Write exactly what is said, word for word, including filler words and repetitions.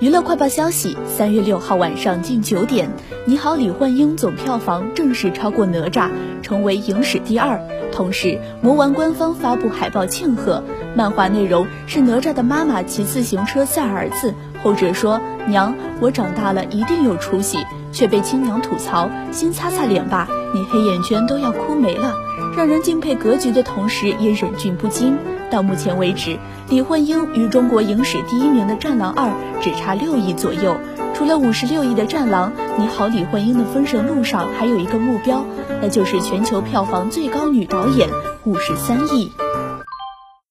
娱乐快报消息，三月六号晚上近九点，《你好，李焕英》总票房正式超过哪吒，成为影史第二。同时，魔玩官方发布海报庆贺，漫画内容是哪吒的妈妈骑自行车载儿子，后者说：“娘，我长大了一定有出息。”却被亲娘吐槽：“先擦擦脸吧，你黑眼圈都要哭没了。”让人敬佩格局的同时，也忍俊不禁。到目前为止，李焕英与中国影史第一名的《战狼二》只差六亿左右。除了五十六亿的《战狼》，你好，李焕英的封神路上还有一个目标，那就是全球票房最高女导演五十三亿。